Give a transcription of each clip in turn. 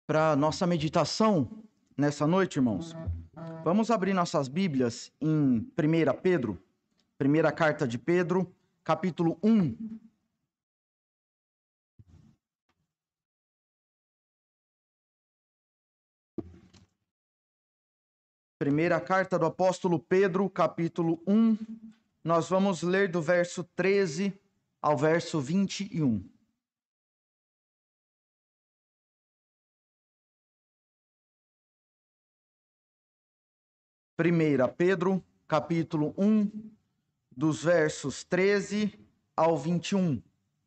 Para nossa meditação nessa noite, irmãos, vamos abrir nossas Bíblias em 1 Pedro, primeira carta de Pedro, capítulo 1. Primeira carta do apóstolo Pedro, capítulo 1. Nós vamos ler do verso 13 ao verso 21. Primeira Pedro, capítulo 1, dos versos 13 ao 21.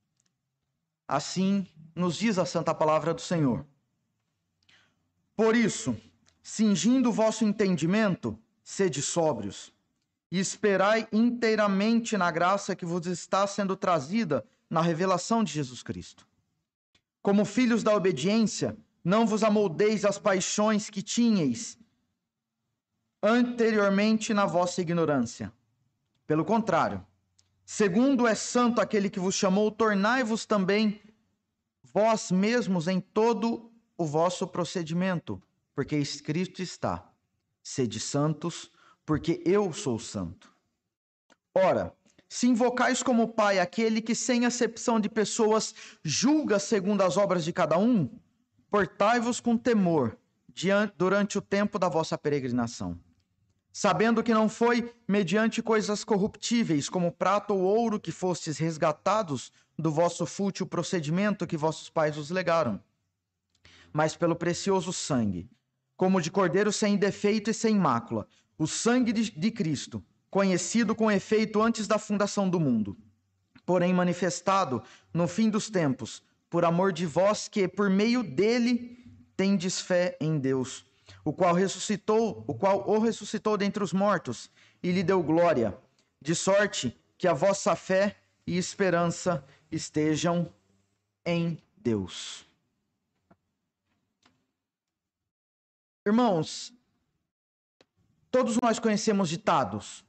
Assim nos diz a santa palavra do Senhor. Por isso, cingindo o vosso entendimento, sede sóbrios, e esperai inteiramente na graça que vos está sendo trazida na revelação de Jesus Cristo. Como filhos da obediência, não vos amoldeis às paixões que tinhais anteriormente na vossa ignorância. Pelo contrário, segundo é santo aquele que vos chamou, tornai-vos também vós mesmos em todo o vosso procedimento, porque escrito está: sede santos, porque eu sou santo. Ora, se invocais como Pai aquele que, sem acepção de pessoas, julga segundo as obras de cada um, portai-vos com temor durante o tempo da vossa peregrinação, sabendo que não foi mediante coisas corruptíveis, como prata ou ouro, que fostes resgatados do vosso fútil procedimento que vossos pais vos legaram, mas pelo precioso sangue, como de cordeiro sem defeito e sem mácula, o sangue de Cristo, conhecido com efeito antes da fundação do mundo, porém manifestado no fim dos tempos, por amor de vós que, por meio dele, tendes fé em Deus, o qual o ressuscitou dentre os mortos e lhe deu glória, de sorte que a vossa fé e esperança estejam em Deus. Irmãos, todos nós conhecemos ditados.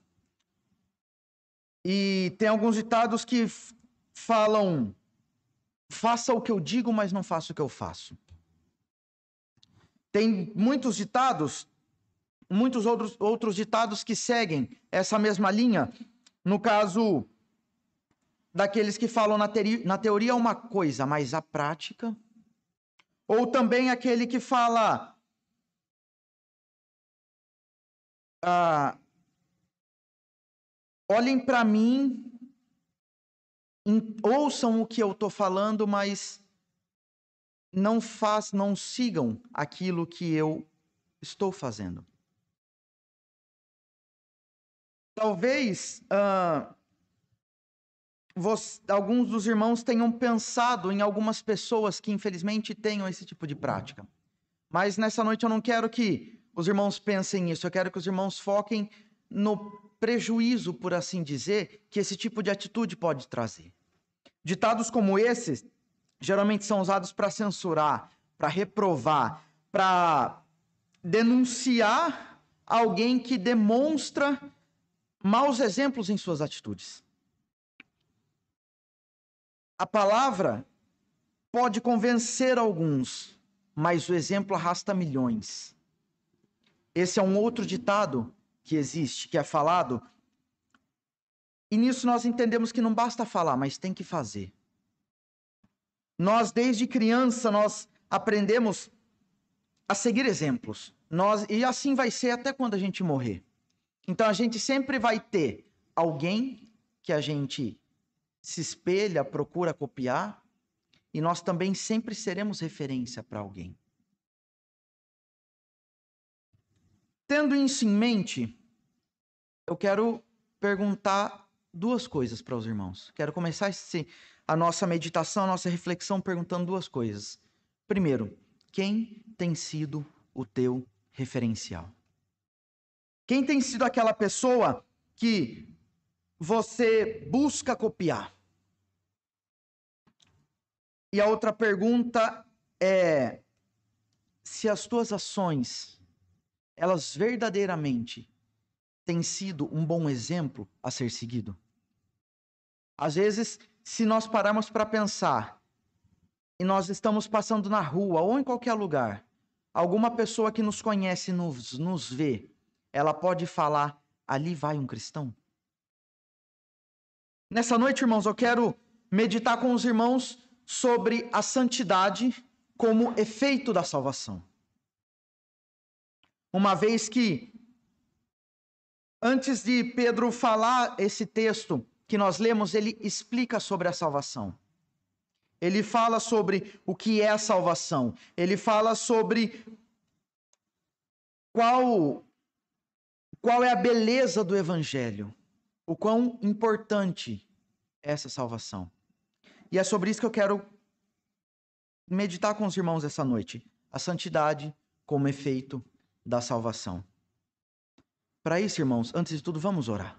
E tem alguns ditados que falam: faça o que eu digo, mas não faça o que eu faço. Tem muitos ditados, muitos outros ditados que seguem essa mesma linha. No caso daqueles que falam na teoria uma coisa, mas a prática. Ou também aquele que fala: olhem para mim, ouçam o que eu estou falando, mas não sigam aquilo que eu estou fazendo. Talvez alguns dos irmãos tenham pensado em algumas pessoas que infelizmente tenham esse tipo de prática. Mas nessa noite eu não quero que os irmãos pensem nisso, eu quero que os irmãos foquem no prejuízo, por assim dizer, que esse tipo de atitude pode trazer. Ditados como esses geralmente são usados para censurar, para reprovar, para denunciar alguém que demonstra maus exemplos em suas atitudes. A palavra pode convencer alguns, mas o exemplo arrasta milhões. Esse é um outro ditado que existe, que é falado, e nisso nós entendemos que não basta falar, mas tem que fazer. Nós, desde criança, nós aprendemos a seguir exemplos. E assim vai ser até quando a gente morrer. Então, a gente sempre vai ter alguém que a gente se espelha, procura copiar, e nós também sempre seremos referência para alguém. Tendo isso em mente, eu quero perguntar duas coisas para os irmãos. Quero começar a nossa meditação, a nossa reflexão perguntando duas coisas. Primeiro, quem tem sido o teu referencial? Quem tem sido aquela pessoa que você busca copiar? E a outra pergunta é: se as tuas ações, elas verdadeiramente têm sido um bom exemplo a ser seguido? Às vezes, se nós pararmos para pensar, e nós estamos passando na rua ou em qualquer lugar, alguma pessoa que nos conhece nos vê, ela pode falar: ali vai um cristão? Nessa noite, irmãos, eu quero meditar com os irmãos sobre a santidade como efeito da salvação. Uma vez que, antes de Pedro falar esse texto que nós lemos, ele explica sobre a salvação. Ele fala sobre o que é a salvação. Ele fala sobre qual é a beleza do evangelho, o quão importante é essa salvação. E é sobre isso que eu quero meditar com os irmãos essa noite. A santidade como efeito da salvação. Para isso, irmãos, antes de tudo, vamos orar.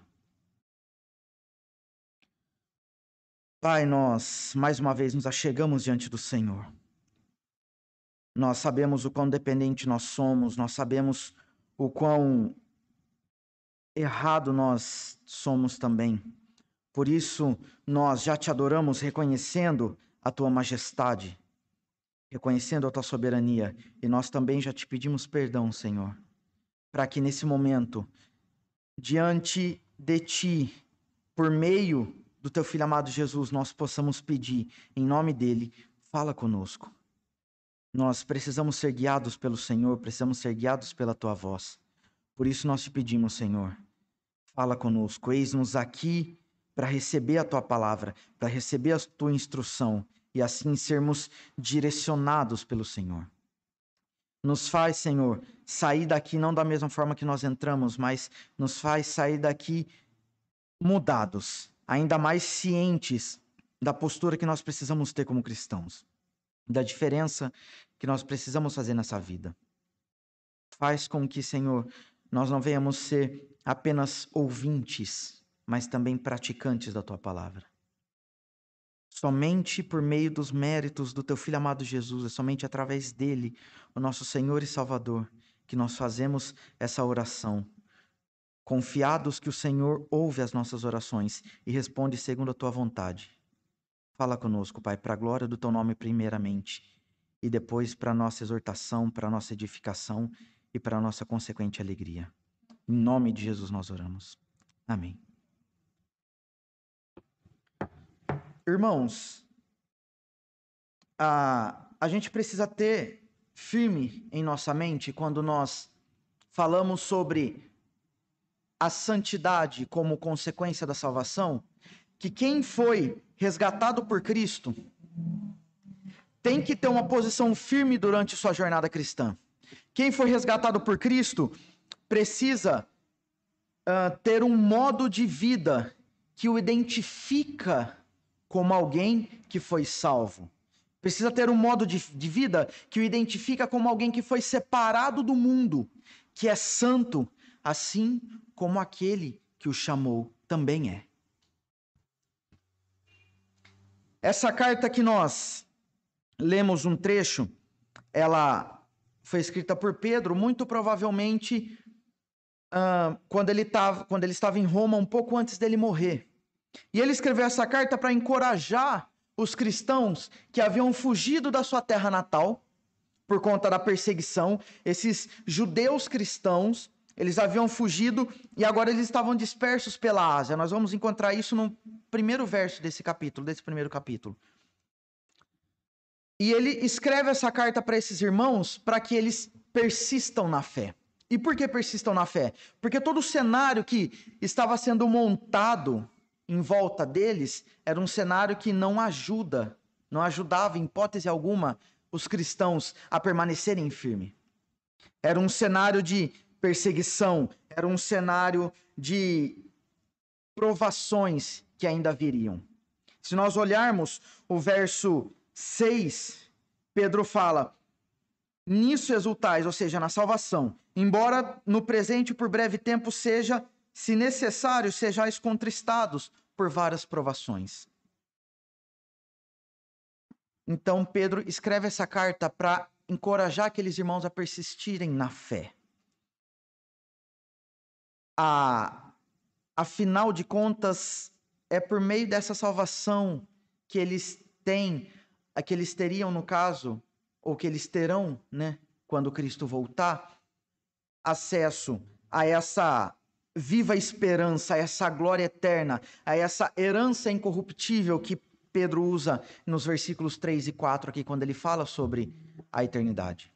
Pai, nós mais uma vez nos achegamos diante do Senhor. Nós sabemos o quão dependente nós somos, nós sabemos o quão errado nós somos também. Por isso, nós já te adoramos reconhecendo a tua majestade, reconhecendo a tua soberania, e nós também já te pedimos perdão, Senhor, para que nesse momento, diante de ti, por meio do teu Filho amado Jesus, nós possamos pedir, em nome dele, fala conosco. Nós precisamos ser guiados pelo Senhor, precisamos ser guiados pela tua voz. Por isso nós te pedimos, Senhor, fala conosco, eis-nos aqui para receber a tua palavra, para receber a tua instrução e assim sermos direcionados pelo Senhor. Nos faz, Senhor, sair daqui não da mesma forma que nós entramos, mas nos faz sair daqui mudados, ainda mais cientes da postura que nós precisamos ter como cristãos, da diferença que nós precisamos fazer nessa vida. Faz com que, Senhor, nós não venhamos ser apenas ouvintes, mas também praticantes da tua palavra. Somente por meio dos méritos do teu Filho amado Jesus, é somente através dele, o nosso Senhor e Salvador, que nós fazemos essa oração, confiados que o Senhor ouve as nossas orações e responde segundo a tua vontade. Fala conosco, Pai, para a glória do teu nome primeiramente, e depois para a nossa exortação, para a nossa edificação e para a nossa consequente alegria. Em nome de Jesus nós oramos. Amém. Irmãos, a gente precisa ter firme em nossa mente quando nós falamos sobre a santidade como consequência da salvação, que quem foi resgatado por Cristo tem que ter uma posição firme durante sua jornada cristã. Quem foi resgatado por Cristo precisa ter um modo de vida que o identifica como alguém que foi salvo. Precisa ter um modo de vida que o identifica como alguém que foi separado do mundo, que é santo, assim como aquele que o chamou também é. Essa carta que nós lemos um trecho, ela foi escrita por Pedro, muito provavelmente quando ele estava em Roma, um pouco antes dele morrer. E ele escreveu essa carta para encorajar os cristãos que haviam fugido da sua terra natal por conta da perseguição. Esses judeus cristãos, eles haviam fugido e agora eles estavam dispersos pela Ásia. Nós vamos encontrar isso no primeiro verso desse primeiro capítulo. E ele escreve essa carta para esses irmãos para que eles persistam na fé. E por que persistam na fé? Porque todo o cenário que estava sendo montado em volta deles era um cenário que não ajudava em hipótese alguma os cristãos a permanecerem firmes. Era um cenário de perseguição, era um cenário de provações que ainda viriam. Se nós olharmos o verso 6, Pedro fala: nisso exultais, ou seja, na salvação, embora no presente por breve tempo seja, se necessário, sejais contristados por várias provações. Então Pedro escreve essa carta para encorajar aqueles irmãos a persistirem na fé. Afinal de contas, é por meio dessa salvação que eles têm é que eles teriam, no caso, ou que eles terão, né, quando Cristo voltar, acesso a essa viva esperança, a essa glória eterna, a essa herança incorruptível que Pedro usa nos versículos 3 e 4 aqui, quando ele fala sobre a eternidade.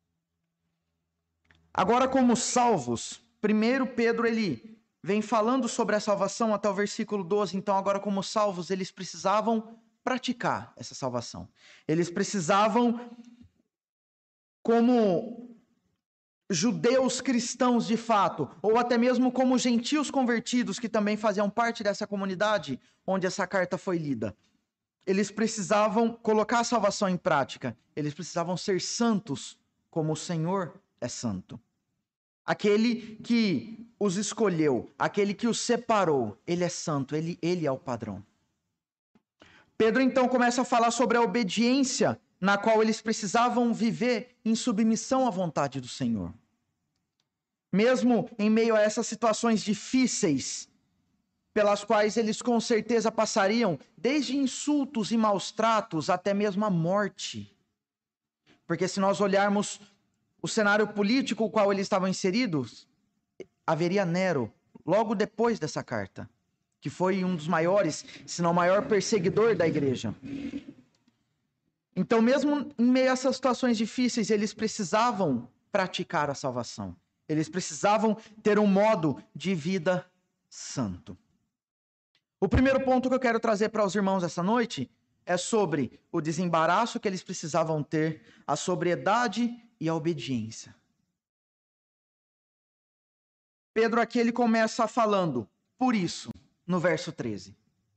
Agora, como salvos, primeiro Pedro, ele vem falando sobre a salvação até o versículo 12, então agora como salvos, eles precisavam praticar essa salvação. Eles precisavam, como judeus cristãos de fato, ou até mesmo como gentios convertidos que também faziam parte dessa comunidade onde essa carta foi lida. Eles precisavam colocar a salvação em prática. Eles precisavam ser santos como o Senhor é santo. Aquele que os escolheu, aquele que os separou, ele é santo, ele é o padrão. Pedro então começa a falar sobre a obediência na qual eles precisavam viver em submissão à vontade do Senhor. Mesmo em meio a essas situações difíceis, pelas quais eles com certeza passariam, desde insultos e maus tratos até mesmo a morte. Porque se nós olharmos o cenário político no qual eles estavam inseridos, haveria Nero, logo depois dessa carta, que foi um dos maiores, se não o maior perseguidor da igreja. Então, mesmo em meio a essas situações difíceis, eles precisavam praticar a salvação. Eles precisavam ter um modo de vida santo. O primeiro ponto que eu quero trazer para os irmãos essa noite é sobre o desembaraço que eles precisavam ter, a sobriedade e a obediência. Pedro aqui ele começa falando, por isso, no verso 13.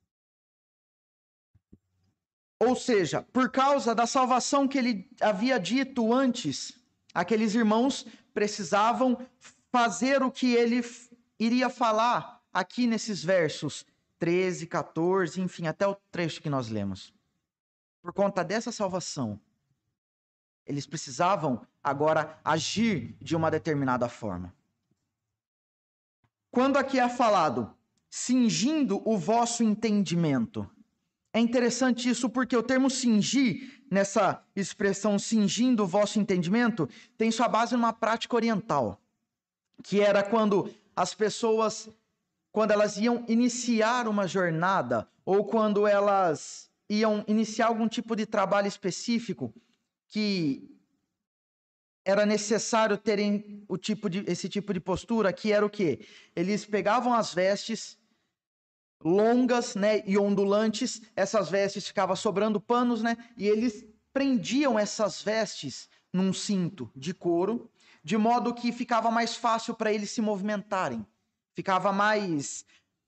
Ou seja, por causa da salvação que ele havia dito antes, aqueles irmãos precisavam fazer o que ele iria falar aqui nesses versos 13, 14, enfim, até o trecho que nós lemos. Por conta dessa salvação, eles precisavam agora agir de uma determinada forma. Quando aqui é falado, cingindo o vosso entendimento, é interessante isso porque o termo cingir, nessa expressão cingindo o vosso entendimento, tem sua base numa prática oriental, que era quando as pessoas, quando elas iam iniciar uma jornada, ou quando elas iam iniciar algum tipo de trabalho específico, que era necessário terem esse tipo de postura, que era o quê? Eles pegavam as vestes longas, né, e ondulantes, essas vestes ficavam sobrando panos, né, e eles prendiam essas vestes num cinto de couro, de modo que ficava mais fácil para eles se movimentarem, ficava mais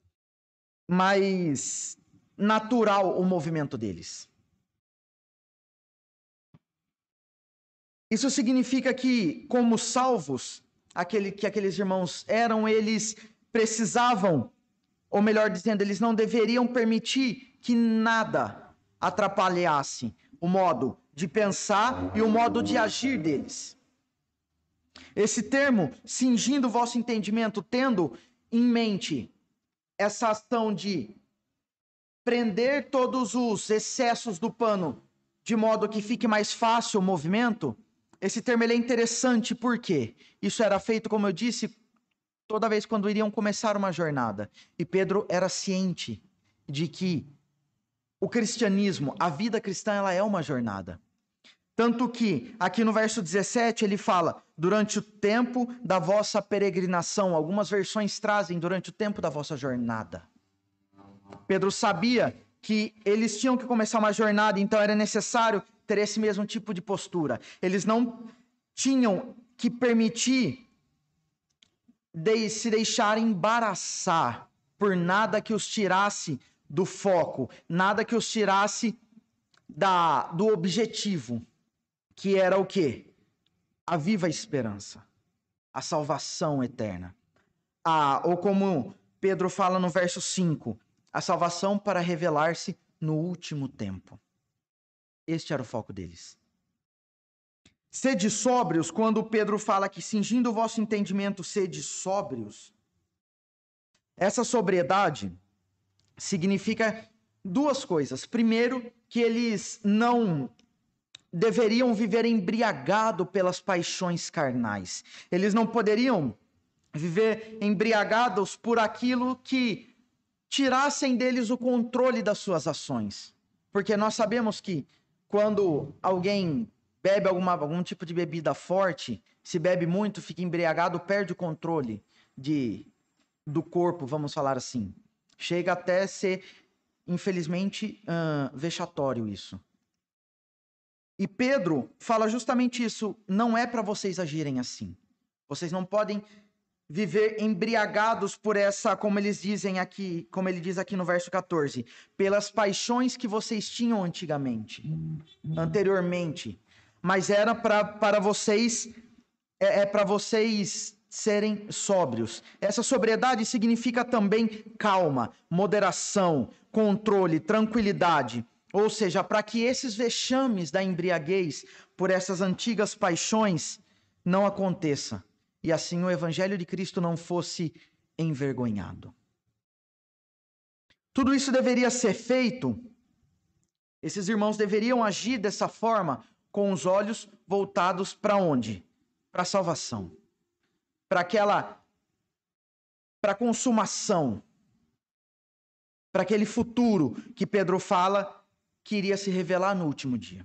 natural o movimento deles. Isso significa que, como salvos, que aqueles irmãos eram, eles precisavam, ou melhor dizendo, eles não deveriam permitir que nada atrapalhasse o modo de pensar e o modo de agir deles. Esse termo, cingindo o vosso entendimento, tendo em mente essa ação de prender todos os excessos do pano, de modo que fique mais fácil o movimento, esse termo ele é interessante porque isso era feito, como eu disse, toda vez quando iriam começar uma jornada. E Pedro era ciente de que o cristianismo, a vida cristã, ela é uma jornada. Tanto que, aqui no verso 17, ele fala, durante o tempo da vossa peregrinação. Algumas versões trazem, durante o tempo da vossa jornada. Pedro sabia que eles tinham que começar uma jornada, então era necessário ter esse mesmo tipo de postura. Eles não tinham que permitir se deixar embaraçar por nada que os tirasse do foco, nada que os tirasse do objetivo, que era o quê? A viva esperança, a salvação eterna. Ou como Pedro fala no verso 5, a salvação para revelar-se no último tempo. Este era o foco deles. Sede sóbrios, quando Pedro fala que cingindo o vosso entendimento, sede sóbrios. Essa sobriedade significa duas coisas. Primeiro, que eles não deveriam viver embriagado pelas paixões carnais. Eles não poderiam viver embriagados por aquilo que tirassem deles o controle das suas ações. Porque nós sabemos que quando alguém bebe algum tipo de bebida forte, se bebe muito, fica embriagado, perde o controle do corpo, vamos falar assim. Chega até ser, infelizmente, vexatório isso. E Pedro fala justamente isso, não é para vocês agirem assim. Vocês não podem viver embriagados por essa, como ele diz aqui no verso 14, pelas paixões que vocês tinham anteriormente. Mas era para vocês, para vocês serem sóbrios. Essa sobriedade significa também calma, moderação, controle, tranquilidade. Ou seja, para que esses vexames da embriaguez por essas antigas paixões não aconteça. E assim o evangelho de Cristo não fosse envergonhado. Tudo isso deveria ser feito, esses irmãos deveriam agir dessa forma, com os olhos voltados para onde? Para a salvação. Para a consumação. Para aquele futuro que Pedro fala que iria se revelar no último dia.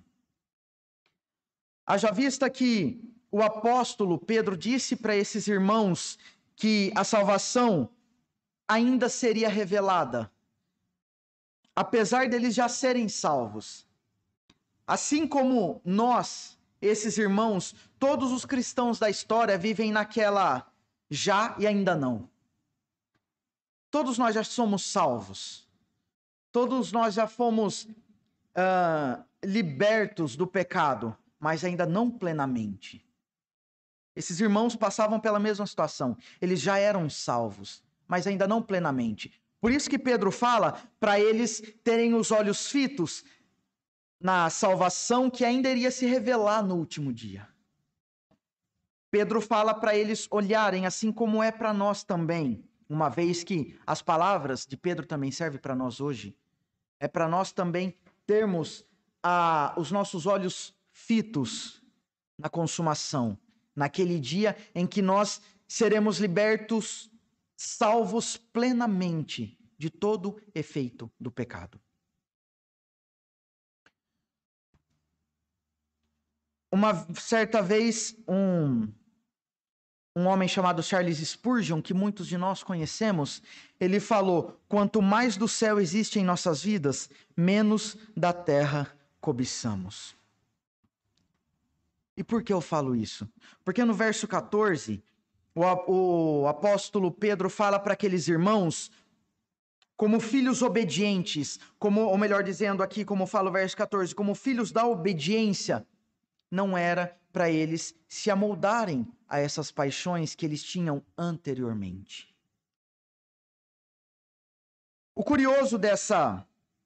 Haja vista que o apóstolo Pedro disse para esses irmãos que a salvação ainda seria revelada, apesar deles já serem salvos. Assim como nós, esses irmãos, todos os cristãos da história vivem naquela já e ainda não. Todos nós já somos salvos. Todos nós já fomos libertos do pecado, mas ainda não plenamente. Esses irmãos passavam pela mesma situação. Eles já eram salvos, mas ainda não plenamente. Por isso que Pedro fala para eles terem os olhos fitos na salvação que ainda iria se revelar no último dia. Pedro fala para eles olharem assim como é para nós também, uma vez que as palavras de Pedro também servem para nós hoje. É para nós também termos os nossos olhos fitos na consumação, naquele dia em que nós seremos libertos, salvos plenamente de todo efeito do pecado. Uma certa vez, um homem chamado Charles Spurgeon, que muitos de nós conhecemos, ele falou: quanto mais do céu existe em nossas vidas, menos da terra cobiçamos. E por que eu falo isso? Porque no verso 14, o apóstolo Pedro fala para aqueles irmãos como filhos obedientes, ou melhor dizendo aqui, como fala o verso 14, como filhos da obediência, não era para eles se amoldarem a essas paixões que eles tinham anteriormente. O curioso dessa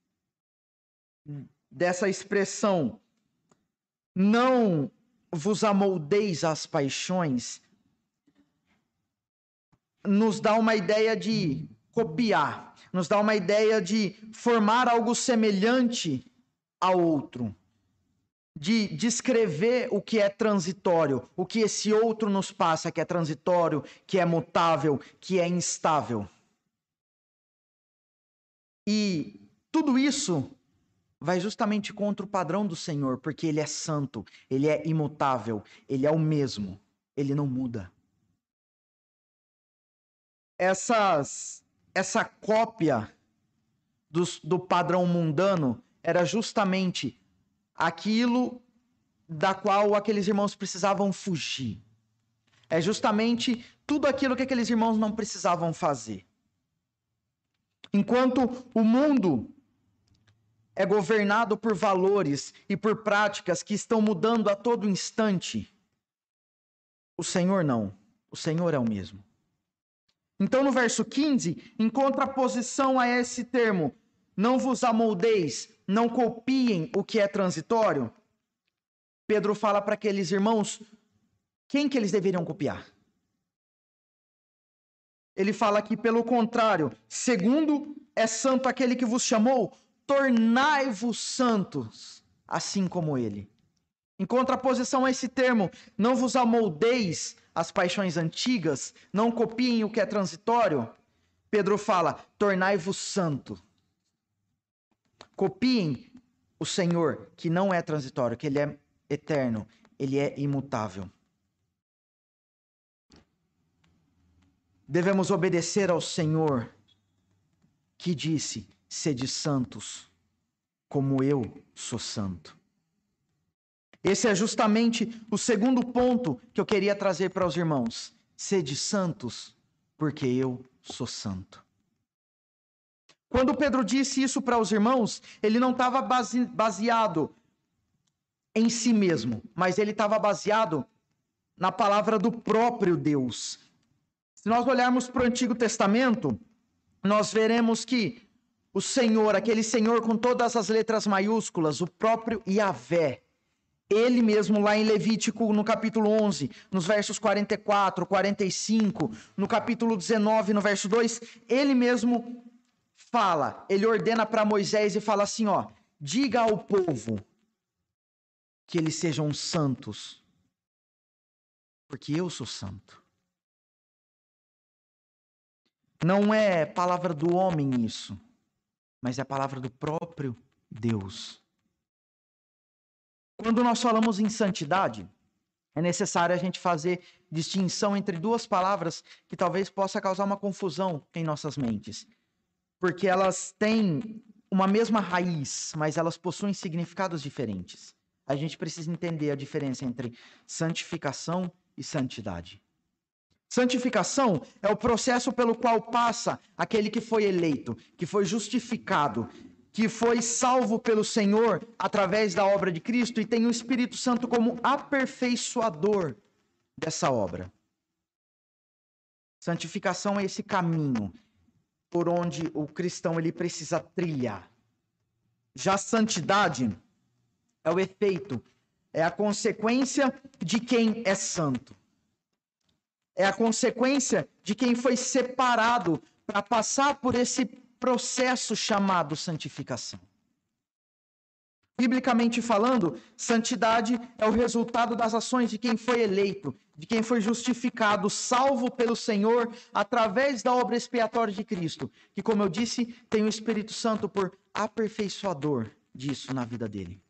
expressão, não vos amoldeis às paixões, nos dá uma ideia de copiar, nos dá uma ideia de formar algo semelhante ao outro, de descrever o que é transitório, o que esse outro nos passa, que é transitório, que é mutável, que é instável. E tudo isso vai justamente contra o padrão do Senhor, porque Ele é santo, Ele é imutável, Ele é o mesmo, Ele não muda. Essa cópia do padrão mundano era justamente aquilo da qual aqueles irmãos precisavam fugir. É justamente tudo aquilo que aqueles irmãos não precisavam fazer. Enquanto o mundo é governado por valores e por práticas que estão mudando a todo instante, o Senhor não. O Senhor é o mesmo. Então, no verso 15, em contraposição a esse termo, não vos amoldeis, não copiem o que é transitório, Pedro fala para aqueles irmãos quem que eles deveriam copiar. Ele fala aqui, pelo contrário, segundo é santo aquele que vos chamou, tornai-vos santos, assim como ele. Em contraposição a esse termo, não vos amoldeis às paixões antigas, não copiem o que é transitório, Pedro fala, tornai-vos santo. Copiem o Senhor, que não é transitório, que ele é eterno, ele é imutável. Devemos obedecer ao Senhor, que disse, sede santos, como eu sou santo. Esse é justamente o segundo ponto que eu queria trazer para os irmãos. Sede santos, porque eu sou santo. Quando Pedro disse isso para os irmãos, ele não estava baseado em si mesmo, mas ele estava baseado na palavra do próprio Deus. Se nós olharmos para o Antigo Testamento, nós veremos que o Senhor, aquele Senhor com todas as letras maiúsculas, o próprio Yahvé, ele mesmo lá em Levítico, no capítulo 11, nos versos 44, 45, no capítulo 19, no verso 2, ele mesmo fala, ele ordena para Moisés e fala assim, ó, diga ao povo que eles sejam santos, porque eu sou santo. Não é palavra do homem isso, mas é a palavra do próprio Deus. Quando nós falamos em santidade, é necessário a gente fazer distinção entre duas palavras que talvez possa causar uma confusão em nossas mentes. Porque elas têm uma mesma raiz, mas elas possuem significados diferentes. A gente precisa entender a diferença entre santificação e santidade. Santificação é o processo pelo qual passa aquele que foi eleito, que foi justificado, que foi salvo pelo Senhor através da obra de Cristo e tem o Espírito Santo como aperfeiçoador dessa obra. Santificação é esse caminho por onde o cristão ele precisa trilhar. Já santidade é o efeito, é a consequência de quem é santo. É a consequência de quem foi separado para passar por esse processo chamado santificação. Biblicamente falando, santidade é o resultado das ações de quem foi eleito, de quem foi justificado, salvo pelo Senhor, através da obra expiatória de Cristo, que, como eu disse, tem o Espírito Santo por aperfeiçoador disso na vida dele.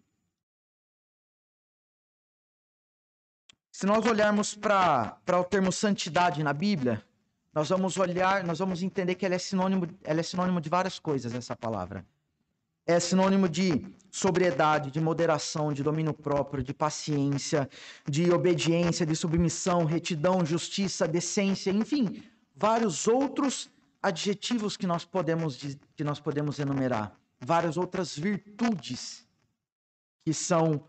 Se nós olharmos para o termo santidade na Bíblia, nós vamos entender que ela é sinônimo de várias coisas, essa palavra. É sinônimo de sobriedade, de moderação, de domínio próprio, de paciência, de obediência, de submissão, retidão, justiça, decência, enfim, vários outros adjetivos que nós podemos enumerar, várias outras virtudes que são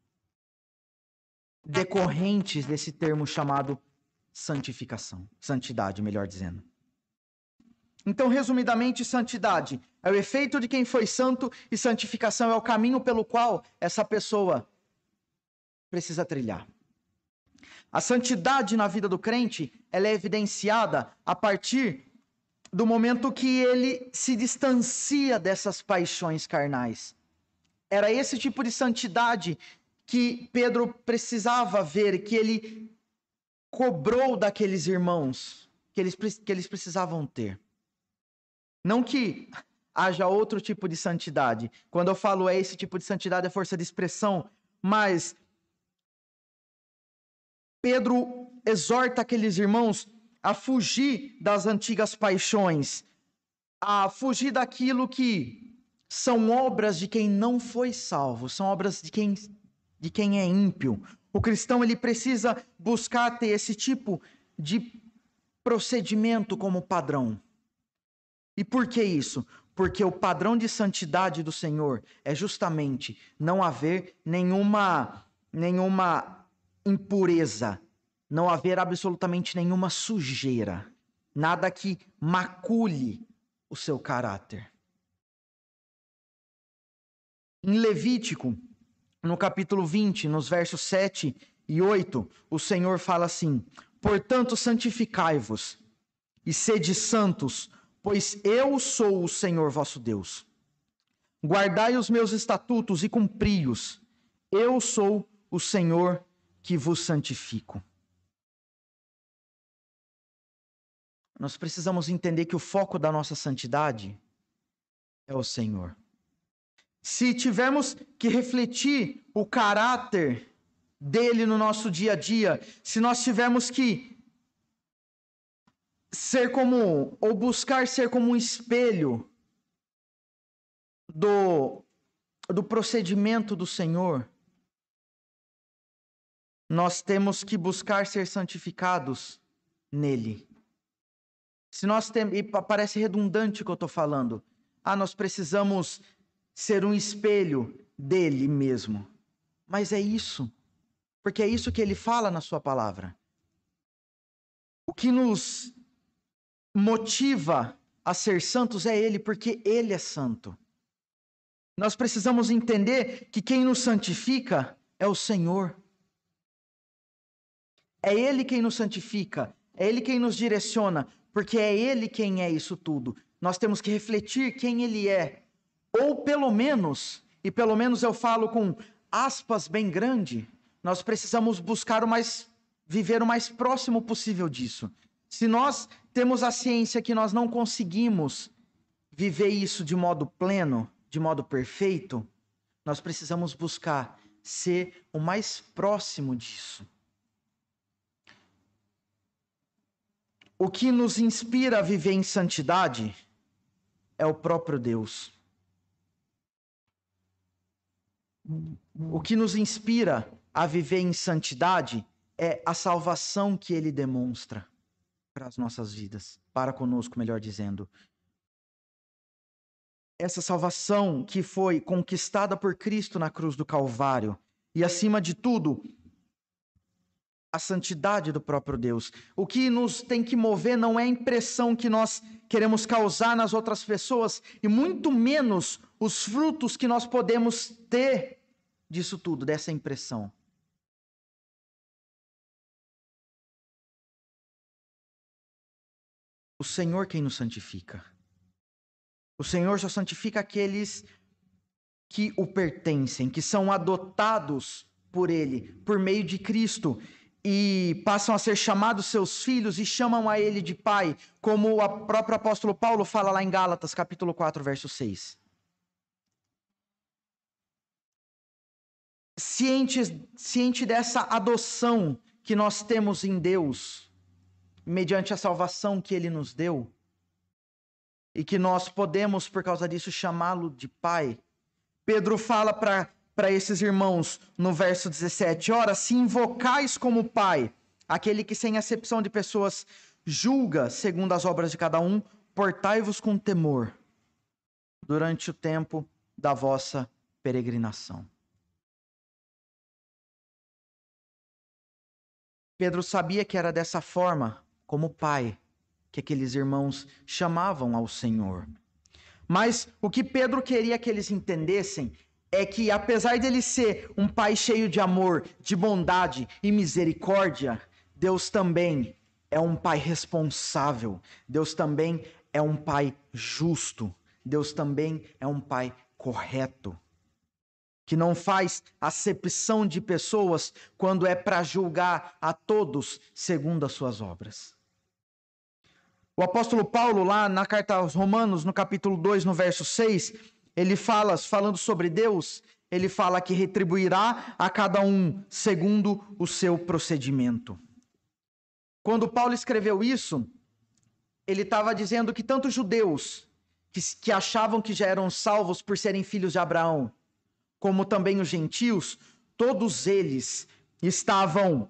decorrentes desse termo chamado santificação, santidade, melhor dizendo. Então, resumidamente, santidade é o efeito de quem foi santo e santificação é o caminho pelo qual essa pessoa precisa trilhar. A santidade na vida do crente, ela é evidenciada a partir do momento que ele se distancia dessas paixões carnais. Era esse tipo de santidade que Pedro precisava ver, que ele cobrou daqueles irmãos, que eles precisavam ter. Não que haja outro tipo de santidade. Quando eu falo esse tipo de santidade, é força de expressão, mas Pedro exorta aqueles irmãos a fugir das antigas paixões, a fugir daquilo que são obras de quem não foi salvo, são obras de quem é ímpio. O cristão ele precisa buscar ter esse tipo de procedimento como padrão. E por que isso? Porque o padrão de santidade do Senhor é justamente não haver nenhuma impureza, não haver absolutamente nenhuma sujeira, nada que macule o seu caráter. Em Levítico, no capítulo 20, nos versos 7 e 8, o Senhor fala assim: portanto, santificai-vos e sede santos, pois eu sou o Senhor vosso Deus. guardai os meus estatutos e cumpri-os. Eu sou o Senhor que vos santifico. Nós precisamos entender que o foco da nossa santidade é o Senhor. Se tivermos que refletir o caráter dele no nosso dia a dia, se nós tivermos que ser como, ou buscar ser como um espelho do procedimento do Senhor, nós temos que buscar ser santificados nele. Se nós temos, e parece redundante o que eu estou falando, nós precisamos ser um espelho dele mesmo. Mas é isso, porque é isso que ele fala na sua palavra. O que nos motiva a ser santos é ele, porque ele é santo. Nós precisamos entender que quem nos santifica é o Senhor. É ele quem nos santifica, é ele quem nos direciona, porque é ele quem é isso tudo. Nós temos que refletir quem ele é. Ou pelo menos, e pelo menos eu falo com aspas bem grande, nós precisamos buscar viver o mais próximo possível disso. Se nós temos a ciência que nós não conseguimos viver isso de modo pleno, de modo perfeito, nós precisamos buscar ser o mais próximo disso. O que nos inspira a viver em santidade é o próprio Deus. O que nos inspira a viver em santidade é a salvação que ele demonstra para as nossas vidas, para conosco, melhor dizendo. Essa salvação que foi conquistada por Cristo na cruz do Calvário. E, acima de tudo, a santidade do próprio Deus. O que nos tem que mover não é a impressão que nós queremos causar nas outras pessoas, e muito menos os frutos que nós podemos ter disso tudo, dessa impressão. O Senhor quem nos santifica. O Senhor só santifica aqueles que o pertencem, que são adotados por Ele, por meio de Cristo, e passam a ser chamados seus filhos e chamam a Ele de Pai, como o próprio apóstolo Paulo fala lá em Gálatas, capítulo 4, verso 6. Ciente dessa adoção que nós temos em Deus, mediante a salvação que Ele nos deu, e que nós podemos, por causa disso, chamá-lo de Pai, Pedro fala para esses irmãos no verso 17, ora, se invocais como Pai, aquele que sem acepção de pessoas julga segundo as obras de cada um, portai-vos com temor durante o tempo da vossa peregrinação. Pedro sabia que era dessa forma, como Pai, que aqueles irmãos chamavam ao Senhor. Mas o que Pedro queria que eles entendessem é que, apesar dele ser um Pai cheio de amor, de bondade e misericórdia, Deus também é um Pai responsável. Deus também é um Pai justo. Deus também é um Pai correto, que não faz acepção de pessoas quando é para julgar a todos segundo as suas obras. O apóstolo Paulo, lá na carta aos Romanos, no capítulo 2, no verso 6, ele falando sobre Deus, ele fala que retribuirá a cada um segundo o seu procedimento. Quando Paulo escreveu isso, ele estava dizendo que tanto judeus, que achavam que já eram salvos por serem filhos de Abraão, como também os gentios, todos eles estavam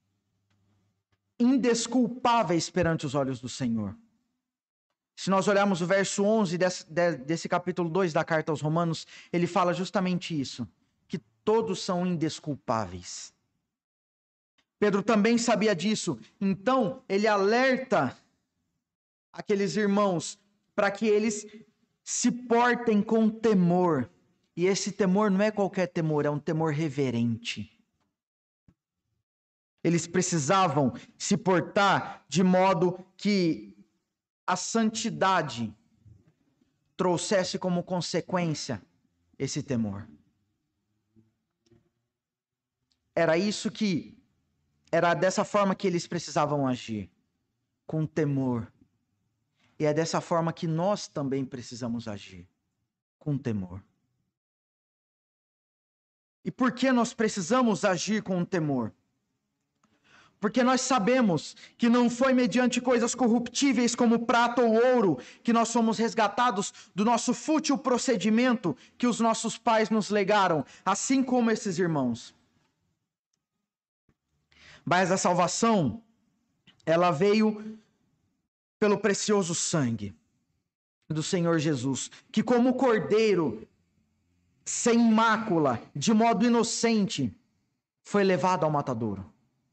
indesculpáveis perante os olhos do Senhor. Se nós olharmos o verso 11 desse capítulo 2 da carta aos Romanos, ele fala justamente isso, que todos são indesculpáveis. Pedro também sabia disso, então ele alerta aqueles irmãos para que eles se portem com temor. E esse temor não é qualquer temor, é um temor reverente. Eles precisavam se portar de modo que a santidade trouxesse como consequência esse temor. Era dessa forma que eles precisavam agir, com temor. E é dessa forma que nós também precisamos agir, com temor. E por que nós precisamos agir com temor? Porque nós sabemos que não foi mediante coisas corruptíveis como prata ou ouro que nós somos resgatados do nosso fútil procedimento que os nossos pais nos legaram, assim como esses irmãos. Mas a salvação, ela veio pelo precioso sangue do Senhor Jesus, que como cordeiro, sem mácula, de modo inocente, foi levado ao matadouro.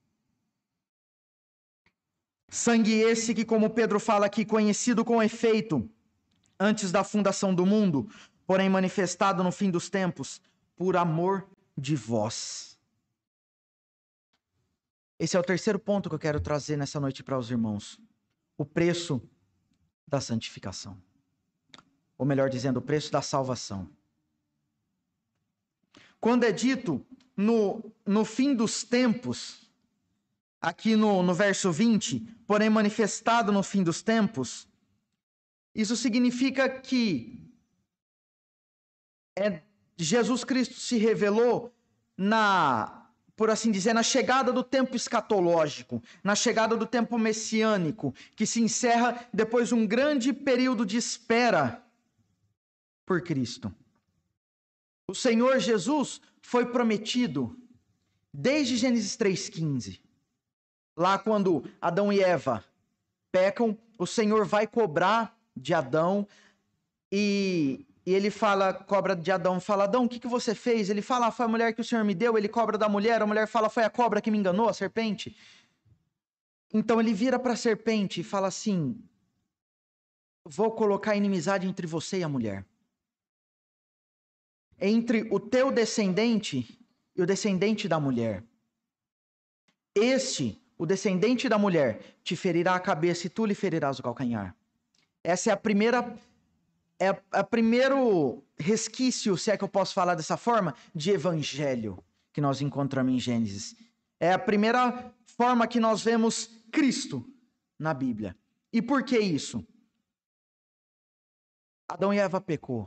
Sangue esse que, como Pedro fala aqui, conhecido com efeito antes da fundação do mundo, porém manifestado no fim dos tempos, por amor de vós. Esse é o terceiro ponto que eu quero trazer nessa noite para os irmãos. O preço da santificação. Ou melhor dizendo, o preço da salvação. Quando é dito no fim dos tempos, aqui no verso 20, porém manifestado no fim dos tempos, isso significa que Jesus Cristo se revelou por assim dizer, na chegada do tempo escatológico, na chegada do tempo messiânico, que se encerra depois de um grande período de espera por Cristo. O Senhor Jesus foi prometido desde Gênesis 3,15. Lá quando Adão e Eva pecam, o Senhor vai cobrar de Adão e ele cobra de Adão, fala: Adão, o que você fez? Ele fala: foi a mulher que o Senhor me deu. Ele cobra da mulher, a mulher fala: foi a cobra que me enganou, a serpente. Então ele vira para a serpente e fala assim: vou colocar inimizade entre você e a mulher. Entre o teu descendente e o descendente da mulher. O descendente da mulher, te ferirá a cabeça e tu lhe ferirás o calcanhar. Essa é a primeiro resquício, se é que eu posso falar dessa forma, de evangelho que nós encontramos em Gênesis. É a primeira forma que nós vemos Cristo na Bíblia. E por que isso? Adão e Eva pecou.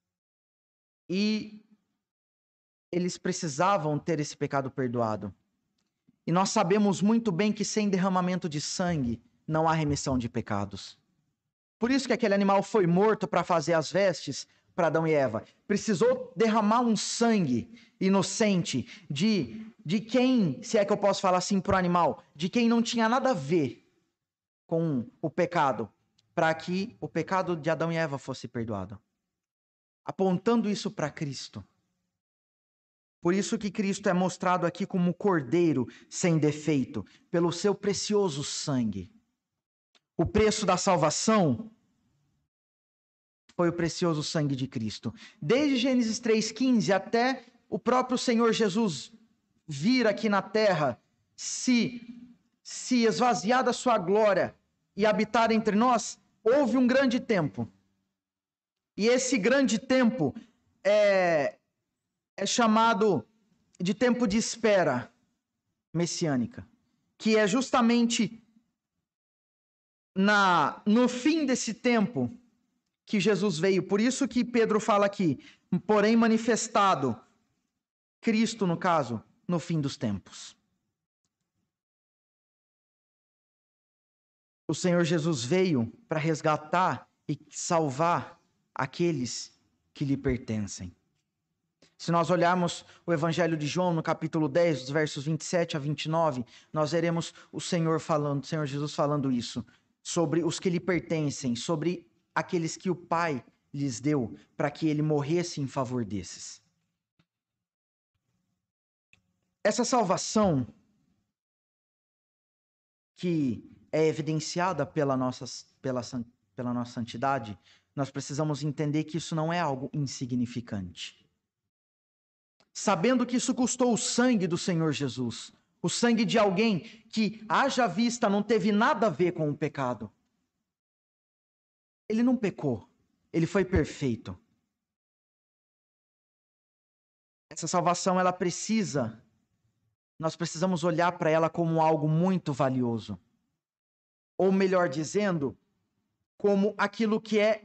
E eles precisavam ter esse pecado perdoado. E nós sabemos muito bem que sem derramamento de sangue não há remissão de pecados. Por isso que aquele animal foi morto para fazer as vestes para Adão e Eva. Precisou derramar um sangue inocente de quem, se é que eu posso falar assim para o animal, de quem não tinha nada a ver com o pecado, para que o pecado de Adão e Eva fosse perdoado. Apontando isso para Cristo. Por isso que Cristo é mostrado aqui como cordeiro sem defeito, pelo seu precioso sangue. O preço da salvação foi o precioso sangue de Cristo. Desde Gênesis 3,15 até o próprio Senhor Jesus vir aqui na terra, se esvaziar da sua glória e habitar entre nós, houve um grande tempo. E esse grande tempo é chamado de tempo de espera messiânica, que é justamente no fim desse tempo que Jesus veio. Por isso que Pedro fala aqui, porém manifestado, Cristo no caso, no fim dos tempos. O Senhor Jesus veio para resgatar e salvar aqueles que lhe pertencem. Se nós olharmos o Evangelho de João, no capítulo 10, dos versos 27 a 29, nós veremos o Senhor Jesus falando isso, sobre os que lhe pertencem, sobre aqueles que o Pai lhes deu, para que ele morresse em favor desses. Essa salvação, que é evidenciada pela nossa santidade, nós precisamos entender que isso não é algo insignificante. Sabendo que isso custou o sangue do Senhor Jesus, o sangue de alguém que, haja vista, não teve nada a ver com o pecado. Ele não pecou, ele foi perfeito. essa salvação, nós precisamos olhar para ela como algo muito valioso. Ou melhor dizendo, como aquilo que é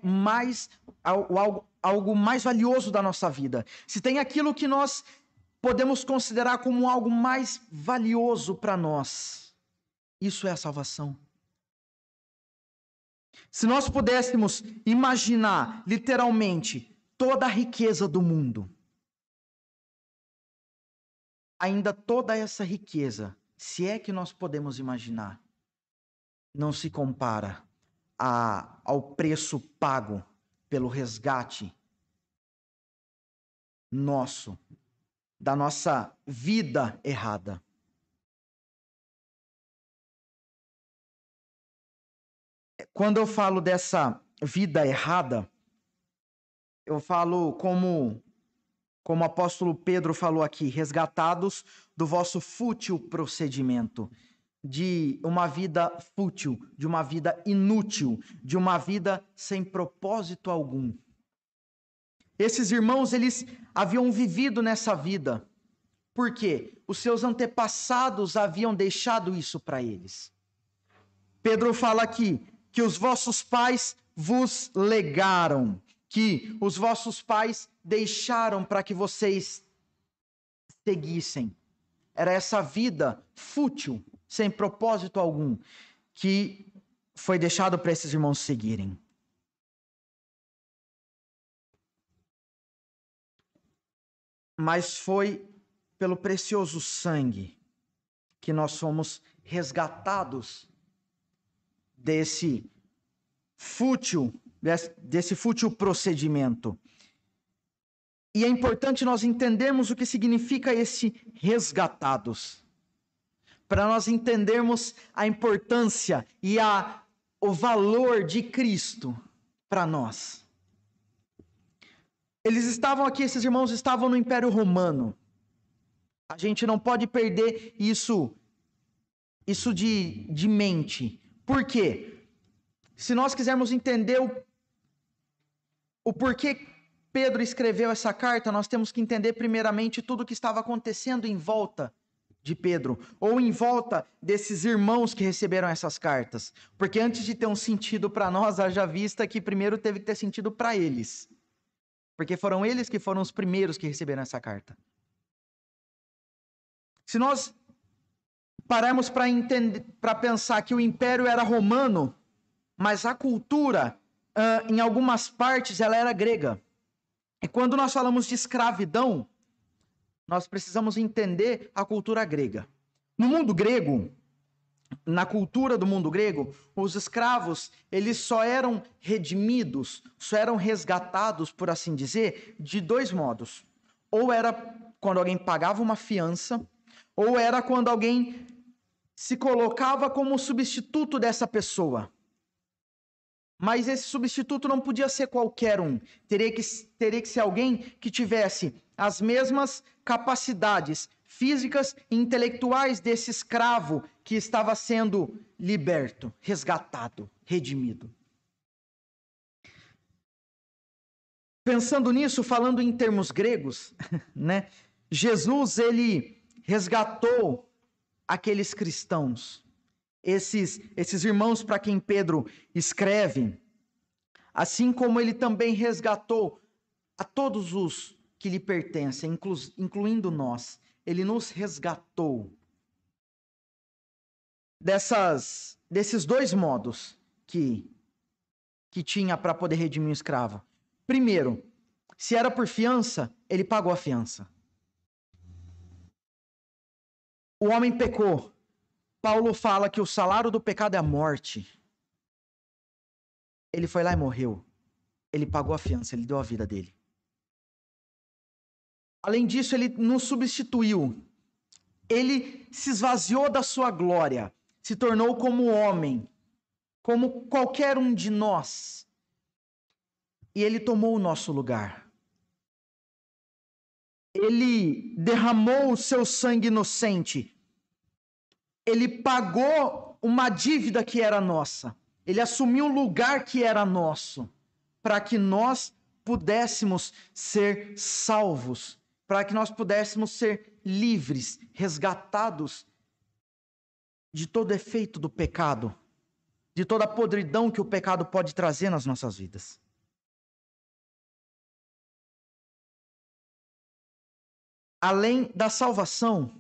algo mais valioso da nossa vida. Se tem aquilo que nós podemos considerar como algo mais valioso para nós, isso é a salvação. Se nós pudéssemos imaginar, literalmente, toda a riqueza do mundo, ainda toda essa riqueza, se é que nós podemos imaginar, não se compara ao preço pago pelo resgate nosso, da nossa vida errada. Quando eu falo dessa vida errada, eu falo como o apóstolo Pedro falou aqui, resgatados do vosso fútil procedimento, de uma vida fútil, de uma vida inútil, de uma vida sem propósito algum. Esses irmãos, eles haviam vivido nessa vida. Por quê? Os seus antepassados haviam deixado isso para eles. Pedro fala aqui que os vossos pais vos legaram, que os vossos pais deixaram para que vocês seguissem. Era essa vida fútil, sem propósito algum, que foi deixado para esses irmãos seguirem. Mas foi pelo precioso sangue que nós fomos resgatados desse fútil procedimento. E é importante nós entendermos o que significa esse resgatados, para nós entendermos a importância e o valor de Cristo para nós. Esses irmãos estavam no Império Romano. A gente não pode perder isso de mente. Por quê? Se nós quisermos entender o porquê Pedro escreveu essa carta, nós temos que entender primeiramente tudo o que estava acontecendo em volta de Pedro, ou em volta desses irmãos que receberam essas cartas. Porque antes de ter um sentido para nós, haja vista que primeiro teve que ter sentido para eles. Porque foram eles que foram os primeiros que receberam essa carta. Se nós pararmos para pensar que o império era romano, mas a cultura, em algumas partes, ela era grega. E quando nós falamos de escravidão, nós precisamos entender a cultura grega. No mundo grego, na cultura do mundo grego, os escravos, eles só eram redimidos, só eram resgatados, por assim dizer, de dois modos. Ou era quando alguém pagava uma fiança, ou era quando alguém se colocava como substituto dessa pessoa. Mas esse substituto não podia ser qualquer um. Teria que ser alguém que tivesse as mesmas capacidades físicas e intelectuais desse escravo que estava sendo liberto, resgatado, redimido. Pensando nisso, falando em termos gregos, né? Jesus, ele resgatou aqueles cristãos, esses irmãos para quem Pedro escreve, assim como ele também resgatou a todos os que lhe pertencem, incluindo nós. Ele nos resgatou desses dois modos que tinha para poder redimir um escravo. Primeiro, se era por fiança, ele pagou a fiança. O homem pecou. Paulo fala que o salário do pecado é a morte. Ele foi lá e morreu. Ele pagou a fiança, ele deu a vida dele. Além disso, ele nos substituiu. Ele se esvaziou da sua glória, se tornou como homem, como qualquer um de nós. E ele tomou o nosso lugar. Ele derramou o seu sangue inocente. Ele pagou uma dívida que era nossa. Ele assumiu um lugar que era nosso, para que nós pudéssemos ser salvos para que nós pudéssemos ser livres, resgatados de todo efeito do pecado, de toda a podridão que o pecado pode trazer nas nossas vidas. Além da salvação,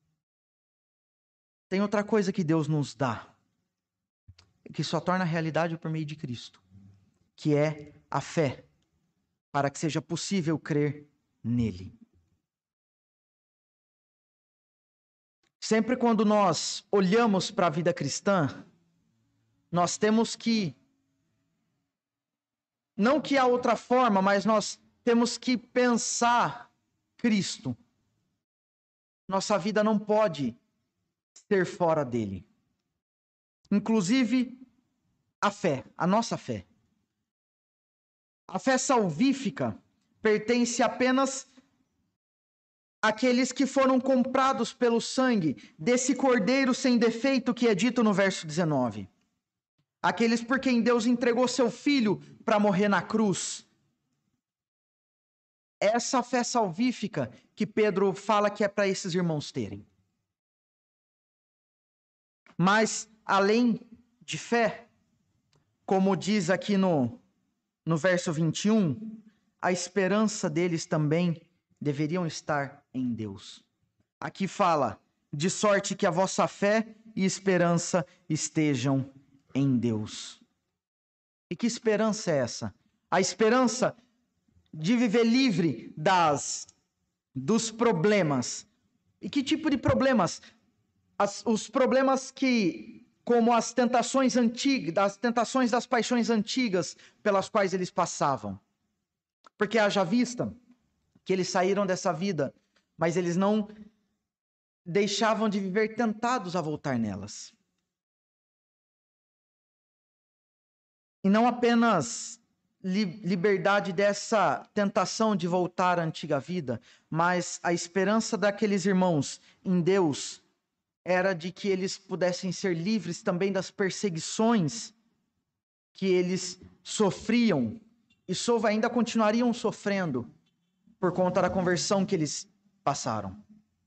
tem outra coisa que Deus nos dá, que só torna realidade por meio de Cristo, que é a fé, para que seja possível crer nele. Sempre quando nós olhamos para a vida cristã, nós temos que, não que há outra forma, mas nós temos que pensar Cristo. Nossa vida não pode ser fora dele. Inclusive a fé, a nossa fé. A fé salvífica pertence apenas àqueles que foram comprados pelo sangue desse cordeiro sem defeito que é dito no verso 19. Aqueles por quem Deus entregou seu filho para morrer na cruz. Essa fé salvífica que Pedro fala que é para esses irmãos terem. Mas, além de fé, como diz aqui no verso 21, a esperança deles também deveriam estar em Deus. Aqui fala, de sorte que a vossa fé e esperança estejam em Deus. E que esperança é essa? A esperança de viver livre dos problemas. E que tipo de problemas? Os problemas que, como as tentações antigas, as tentações das paixões antigas pelas quais eles passavam. Porque haja vista que eles saíram dessa vida, mas eles não deixavam de viver tentados a voltar nelas. E não apenas liberdade dessa tentação de voltar à antiga vida, mas a esperança daqueles irmãos em Deus era de que eles pudessem ser livres também das perseguições que eles sofriam e ainda continuariam sofrendo por conta da conversão que eles passaram.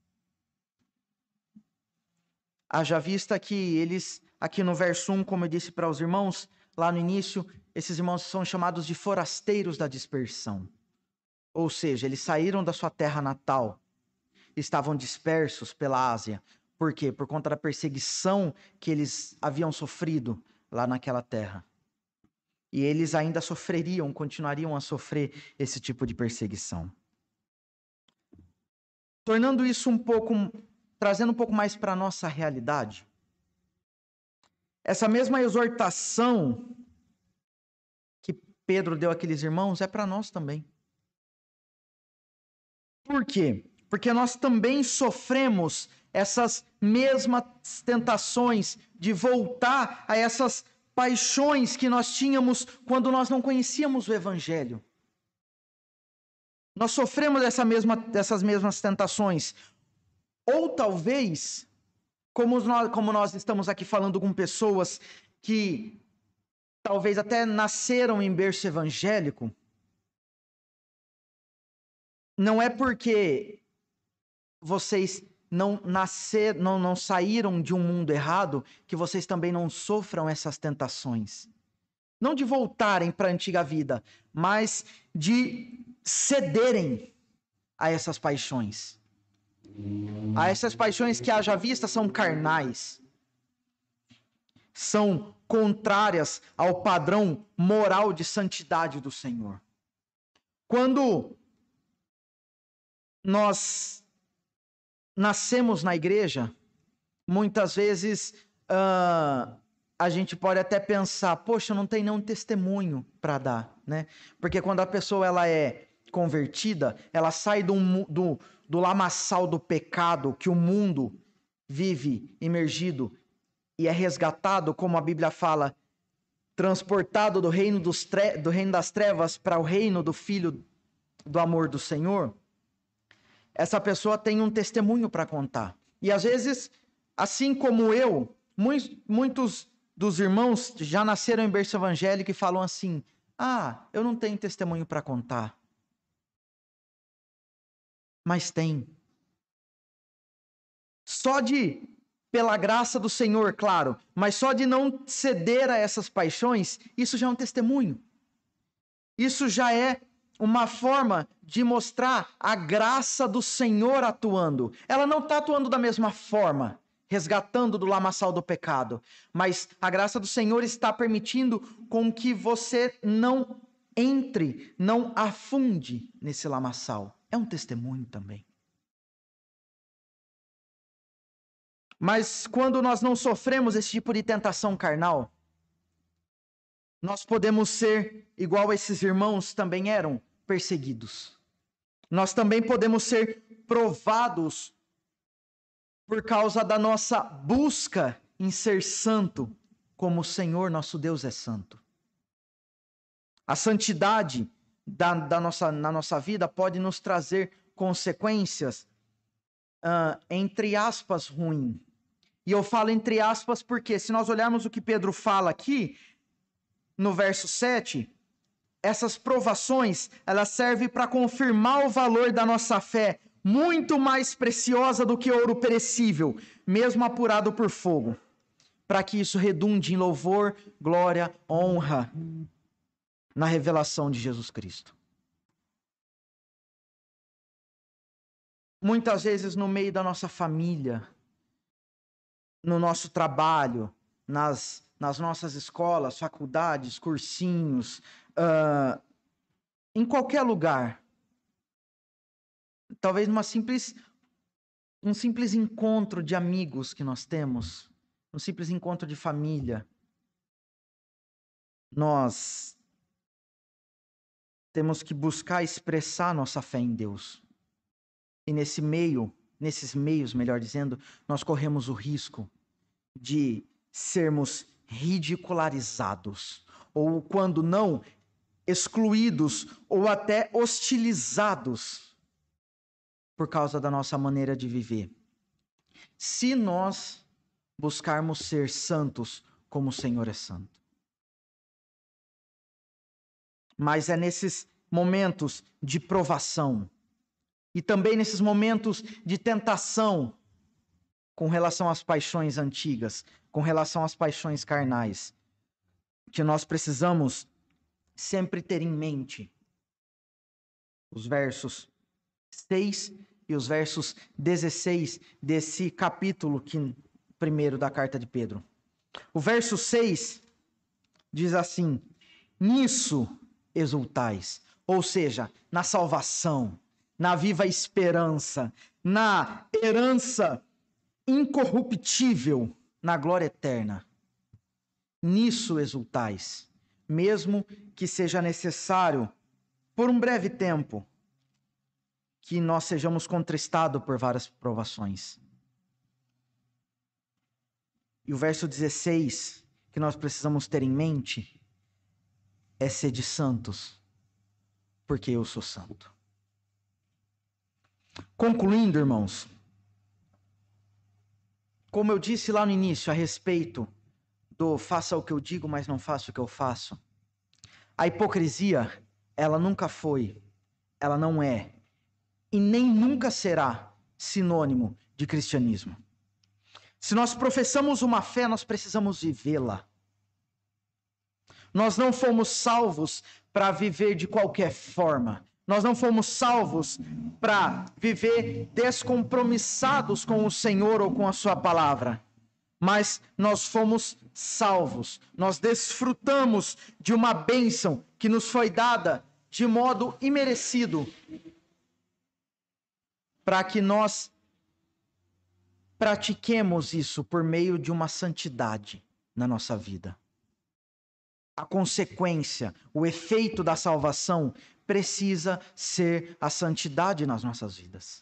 Haja vista que eles, aqui no verso 1, como eu disse para os irmãos, lá no início, esses irmãos são chamados de forasteiros da dispersão. Ou seja, eles saíram da sua terra natal, estavam dispersos pela Ásia. Por quê? Por conta da perseguição que eles haviam sofrido lá naquela terra. E eles ainda sofreriam, continuariam a sofrer esse tipo de perseguição. Tornando isso trazendo um pouco mais para a nossa realidade, essa mesma exortação que Pedro deu àqueles irmãos é para nós também. Por quê? Porque nós também sofremos essas mesmas tentações de voltar a essas paixões que nós tínhamos quando nós não conhecíamos o Evangelho. Nós sofremos dessas mesmas tentações. Ou talvez, como nós estamos aqui falando com pessoas que talvez até nasceram em berço evangélico, não é porque vocês não saíram de um mundo errado que vocês também não sofram essas tentações. Não de voltarem para a antiga vida, mas de cederem a essas paixões. A essas paixões que, haja vista, são carnais. São contrárias ao padrão moral de santidade do Senhor. Quando nós nascemos na igreja, muitas vezes a gente pode até pensar, poxa, não tem nenhum testemunho para dar, né? Porque quando a pessoa ela é convertida, ela sai do lamaçal do pecado que o mundo vive imergido e é resgatado, como a Bíblia fala, transportado do reino das trevas para o reino do Filho do amor do Senhor. Essa pessoa tem um testemunho para contar. E às vezes, assim como eu, muitos dos irmãos já nasceram em berço evangélico e falam assim, eu não tenho testemunho para contar. Mas tem. Pela graça do Senhor, claro, mas só de não ceder a essas paixões, isso já é um testemunho. Isso já é uma forma de mostrar a graça do Senhor atuando. Ela não está atuando da mesma forma, resgatando do lamaçal do pecado, mas a graça do Senhor está permitindo com que você não entre, não afunde nesse lamaçal. É um testemunho também. Mas quando nós não sofremos esse tipo de tentação carnal, nós podemos ser, igual esses irmãos também eram, perseguidos. Nós também podemos ser provados por causa da nossa busca em ser santo, como o Senhor nosso Deus é santo. A santidade na nossa vida pode nos trazer consequências, entre aspas, ruins. E eu falo entre aspas porque, se nós olharmos o que Pedro fala aqui, no verso 7, essas provações, elas servem para confirmar o valor da nossa fé, muito mais preciosa do que ouro perecível, mesmo apurado por fogo, para que isso redunde em louvor, glória, honra, na revelação de Jesus Cristo. Muitas vezes no meio da nossa família, no nosso trabalho, nas nossas escolas, faculdades, cursinhos, em qualquer lugar, talvez um simples encontro de amigos que nós temos, um simples encontro de família, nós temos que buscar expressar nossa fé em Deus. E nesses meios, melhor dizendo, nós corremos o risco de sermos ridicularizados, ou quando não, excluídos, ou até hostilizados por causa da nossa maneira de viver. Se nós buscarmos ser santos como o Senhor é santo. Mas é nesses momentos de provação e também nesses momentos de tentação com relação às paixões antigas, com relação às paixões carnais, que nós precisamos sempre ter em mente os versos 6 e os versos 16 desse capítulo 1 da carta de Pedro. O verso 6 diz assim: nisso exultais, ou seja, na salvação, na viva esperança, na herança incorruptível, na glória eterna. Nisso exultais, mesmo que seja necessário, por um breve tempo, que nós sejamos contristados por várias provações. E o verso 16, que nós precisamos ter em mente, é sede santos, porque eu sou santo. Concluindo, irmãos, como eu disse lá no início a respeito do faça o que eu digo, mas não faça o que eu faço, a hipocrisia, ela nunca foi, ela não é, e nem nunca será sinônimo de cristianismo. Se nós professamos uma fé, nós precisamos vivê-la. Nós não fomos salvos para viver de qualquer forma. Nós não fomos salvos para viver descompromissados com o Senhor ou com a sua palavra. Mas nós fomos salvos. Nós desfrutamos de uma bênção que nos foi dada de modo imerecido, para que nós pratiquemos isso por meio de uma santidade na nossa vida. A consequência, o efeito da salvação precisa ser a santidade nas nossas vidas.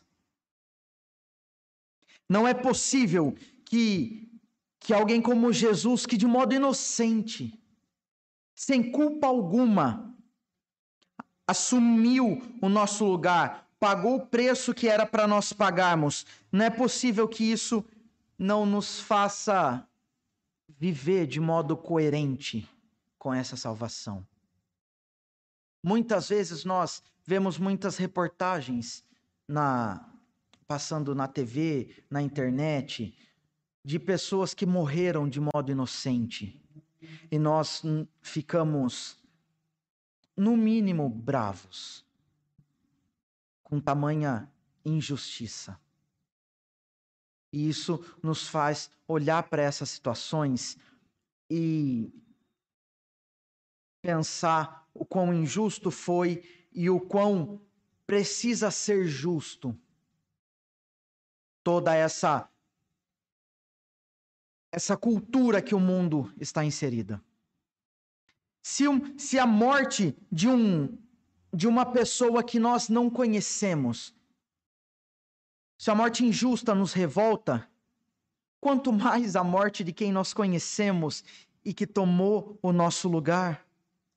Não é possível que alguém como Jesus, que de modo inocente, sem culpa alguma, assumiu o nosso lugar, pagou o preço que era para nós pagarmos. Não é possível que isso não nos faça viver de modo coerente com essa salvação. Muitas vezes nós vemos muitas reportagens passando na TV, na internet, de pessoas que morreram de modo inocente. E nós ficamos, no mínimo, bravos com tamanha injustiça. E isso nos faz olhar para essas situações e pensar o quão injusto foi e o quão precisa ser justo toda essa cultura que o mundo está inserida. Se a morte de uma pessoa que nós não conhecemos, se a morte injusta nos revolta, quanto mais a morte de quem nós conhecemos e que tomou o nosso lugar.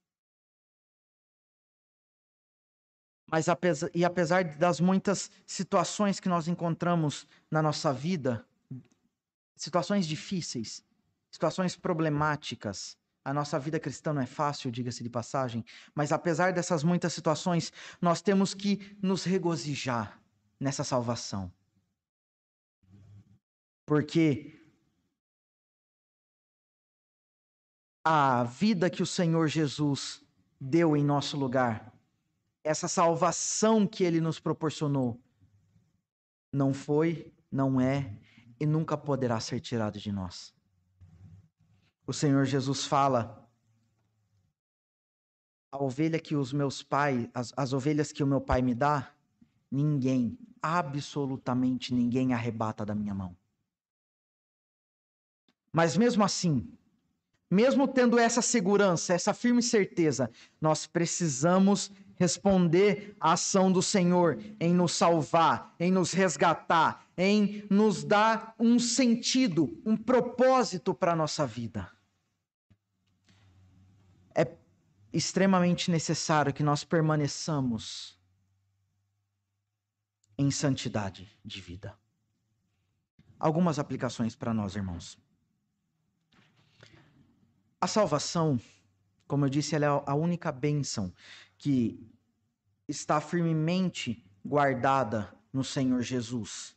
Mas apesar das muitas situações que nós encontramos na nossa vida, situações difíceis, situações problemáticas, a nossa vida cristã não é fácil, diga-se de passagem, mas apesar dessas muitas situações, nós temos que nos regozijar nessa salvação. Porque a vida que o Senhor Jesus deu em nosso lugar, essa salvação que Ele nos proporcionou, não foi, não é e nunca poderá ser tirado de nós. O Senhor Jesus fala: a ovelha que os meus pais, as ovelhas que o meu Pai me dá, ninguém, absolutamente ninguém arrebata da minha mão. Mas mesmo assim, mesmo tendo essa segurança, essa firme certeza, nós precisamos responder à ação do Senhor em nos salvar, em nos resgatar, em nos dar um sentido, um propósito para a nossa vida. É extremamente necessário que nós permaneçamos em santidade de vida. Algumas aplicações para nós, irmãos. A salvação, como eu disse, ela é a única bênção que está firmemente guardada no Senhor Jesus.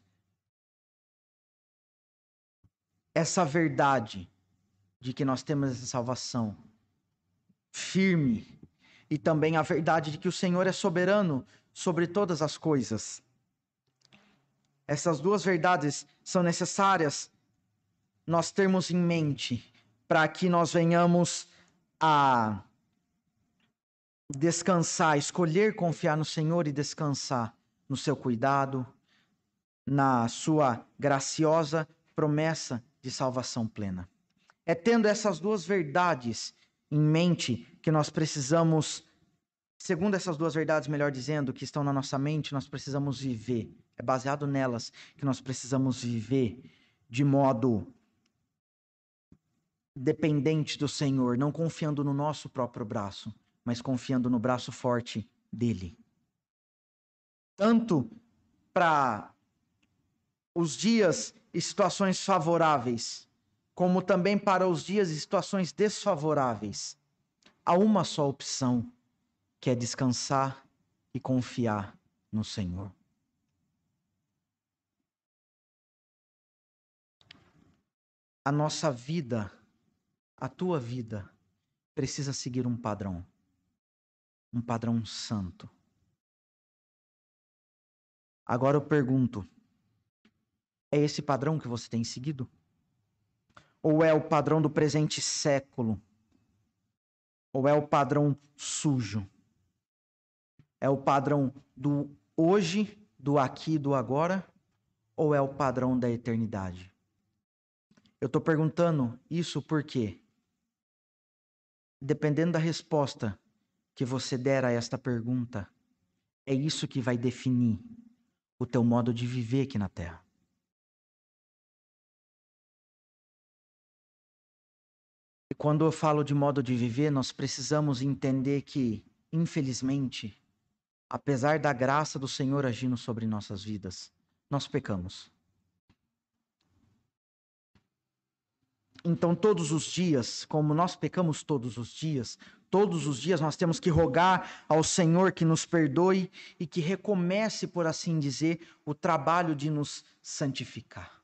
Essa verdade de que nós temos essa salvação firme e também a verdade de que o Senhor é soberano sobre todas as coisas. Essas duas verdades são necessárias nós termos em mente para que nós venhamos a descansar, escolher confiar no Senhor e descansar no seu cuidado, na sua graciosa promessa de salvação plena. É tendo essas duas verdades em mente que nós precisamos, segundo essas duas verdades, melhor dizendo, que estão na nossa mente, nós precisamos viver. É baseado nelas que nós precisamos viver de modo dependente do Senhor, não confiando no nosso próprio braço, mas confiando no braço forte dele. Tanto para os dias e situações favoráveis, como também para os dias e situações desfavoráveis. Há uma só opção, que é descansar e confiar no Senhor. A nossa vida, a tua vida, precisa seguir um padrão santo. Agora eu pergunto, é esse padrão que você tem seguido? Ou é o padrão do presente século? Ou é o padrão sujo? É o padrão do hoje, do aqui, do agora? Ou é o padrão da eternidade? Eu estou perguntando isso porque, dependendo da resposta que você der a esta pergunta, é isso que vai definir o teu modo de viver aqui na Terra. E quando eu falo de modo de viver, nós precisamos entender que, infelizmente, apesar da graça do Senhor agindo sobre nossas vidas, nós pecamos. Então, todos os dias, como nós pecamos todos os dias, Todos os dias nós temos que rogar ao Senhor que nos perdoe e que recomece, por assim dizer, o trabalho de nos santificar.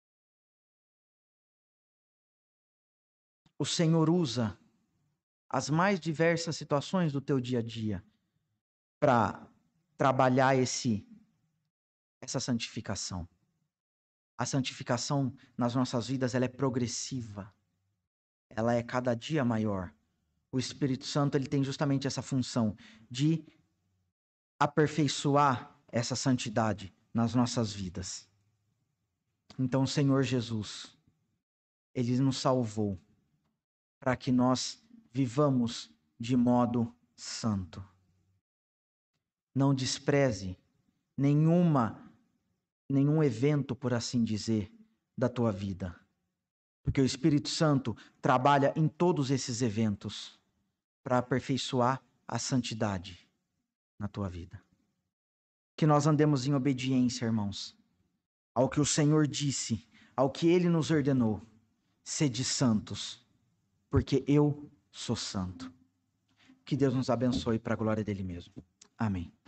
O Senhor usa as mais diversas situações do teu dia a dia para trabalhar essa santificação. A santificação nas nossas vidas, ela é progressiva. Ela é cada dia maior. O Espírito Santo, ele tem justamente essa função de aperfeiçoar essa santidade nas nossas vidas. Então, o Senhor Jesus, ele nos salvou para que nós vivamos de modo santo. Não despreze nenhum evento, por assim dizer, da tua vida. Porque o Espírito Santo trabalha em todos esses eventos para aperfeiçoar a santidade na tua vida. Que nós andemos em obediência, irmãos, ao que o Senhor disse, ao que Ele nos ordenou. Sede santos, porque eu sou santo. Que Deus nos abençoe para a glória dele mesmo. Amém.